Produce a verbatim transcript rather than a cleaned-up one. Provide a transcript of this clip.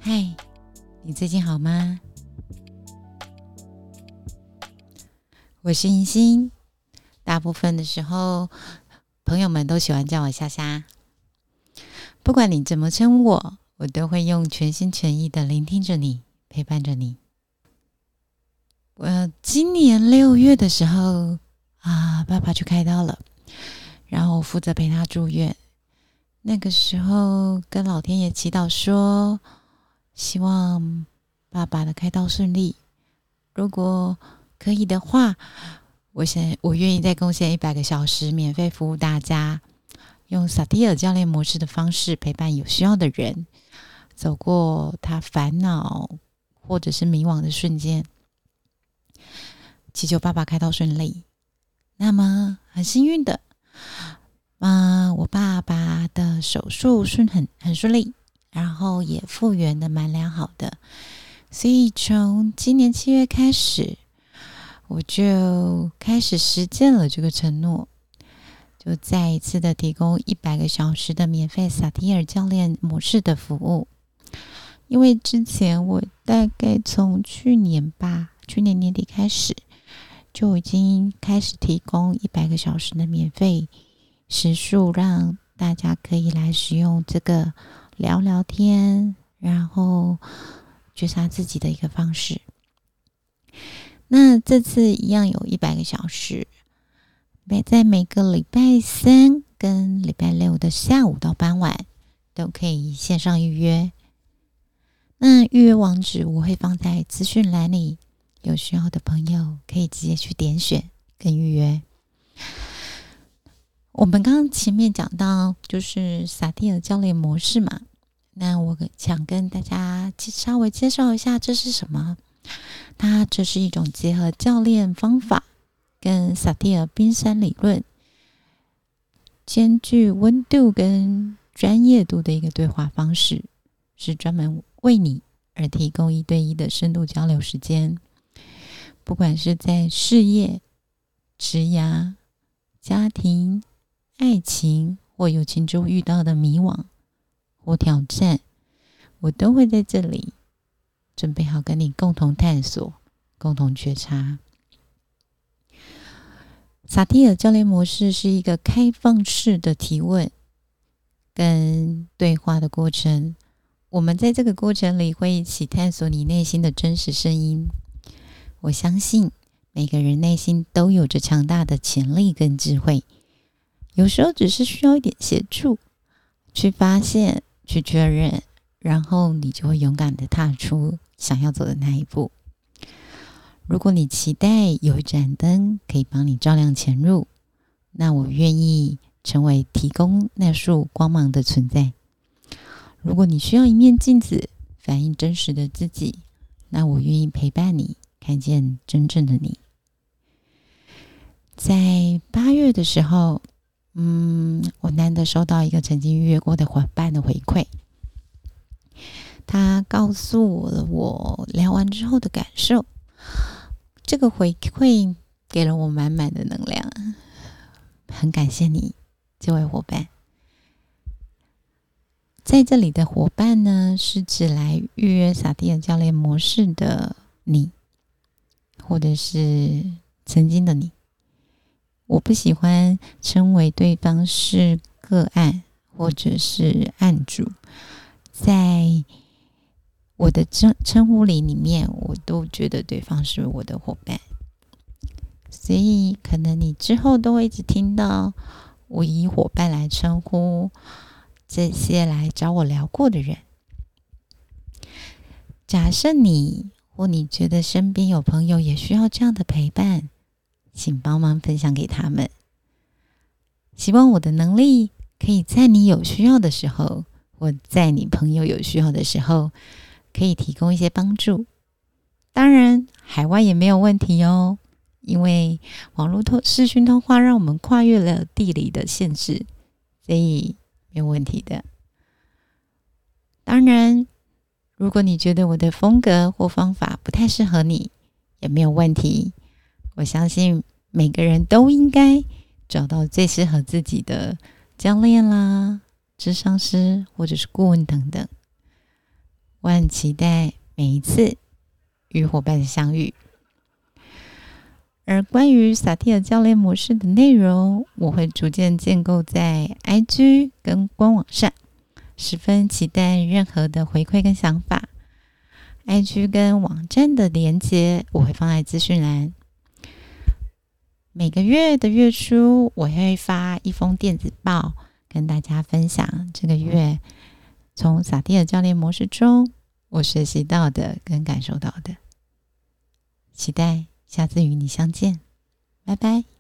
嗨，你最近好吗？我是银星，大部分的时候，朋友们都喜欢叫我虾虾。不管你怎么称我，我都会用全心全意的聆听着你，陪伴着你。我今年六月的时候啊，爸爸去开刀了，然后我负责陪他住院。那个时候跟老天爷祈祷说，希望爸爸的开刀顺利。如果可以的话，我想我愿意再贡献一百个小时，免费服务大家，用萨提尔教练模式的方式陪伴有需要的人，走过他烦恼或者是迷惘的瞬间，祈求爸爸开刀顺利。那么很幸运的，呃，我爸爸的手术顺很很顺利，然后也复原的蛮良好的。所以从今年七月开始，我就开始实践了这个承诺，就再一次的提供一百个小时的免费萨提尔教练模式的服务。因为之前我大概从去年吧，去年年底开始，就已经开始提供一百个小时的免费时数，让大家可以来使用这个聊聊天，然后觉察自己的一个方式。那这次一样有一百个小时，在每个礼拜三跟礼拜六的下午到傍晚都可以线上预约。那预约网址我会放在资讯栏里，有需要的朋友可以直接去点选跟预约。我们刚刚前面讲到就是萨提尔教练模式嘛，那我想跟大家稍微介绍一下这是什么。它这是一种结合教练方法跟萨提尔冰山理论，兼具温度跟专业度的一个对话方式，是专门为你而提供一对一的深度交流时间。不管是在事业、职涯、家庭、爱情或友情中遇到的迷惘或挑战，我都会在这里准备好跟你共同探索，共同觉察。萨提尔教练模式是一个开放式的提问跟对话的过程，我们在这个过程里会一起探索你内心的真实声音。我相信每个人内心都有着强大的潜力跟智慧，有时候只是需要一点协助，去发现，去确认，然后你就会勇敢的踏出想要走的那一步。如果你期待有一盏灯可以帮你照亮前路，那我愿意成为提供那束光芒的存在。如果你需要一面镜子反映真实的自己，那我愿意陪伴你看见真正的你。在八月的时候，嗯，我难得收到一个曾经预约过的伙伴的回馈，他告诉我了我聊完之后的感受。这个回馈给了我满满的能量，很感谢你这位伙伴。在这里的伙伴呢，是指来预约萨提尔教练模式的你，或者是曾经的你。我不喜欢称为对方是个案或者是案主，在我的称呼里里面，我都觉得对方是我的伙伴，所以可能你之后都会一直听到我以伙伴来称呼这些来找我聊过的人。假设你或你觉得身边有朋友也需要这样的陪伴，请帮忙分享给他们。希望我的能力可以在你有需要的时候，或在你朋友有需要的时候，可以提供一些帮助。当然海外也没有问题哦，因为网络视讯通话让我们跨越了地理的限制，所以没有问题的。当然如果你觉得我的风格或方法不太适合你，也没有问题。我相信每个人都应该找到最适合自己的教练啦、諮商师或者是顾问等等。 我很期待每一次与伙伴的相遇。而关于萨提尔教练模式的内容，我会逐渐建构在 I G 跟官网上，十分期待任何的回馈跟想法。I G 跟网站的连结我会放在资讯栏。每个月的月初，我会发一封电子报，跟大家分享这个月从萨提尔教练模式中我学习到的跟感受到的。期待下次与你相见，拜拜。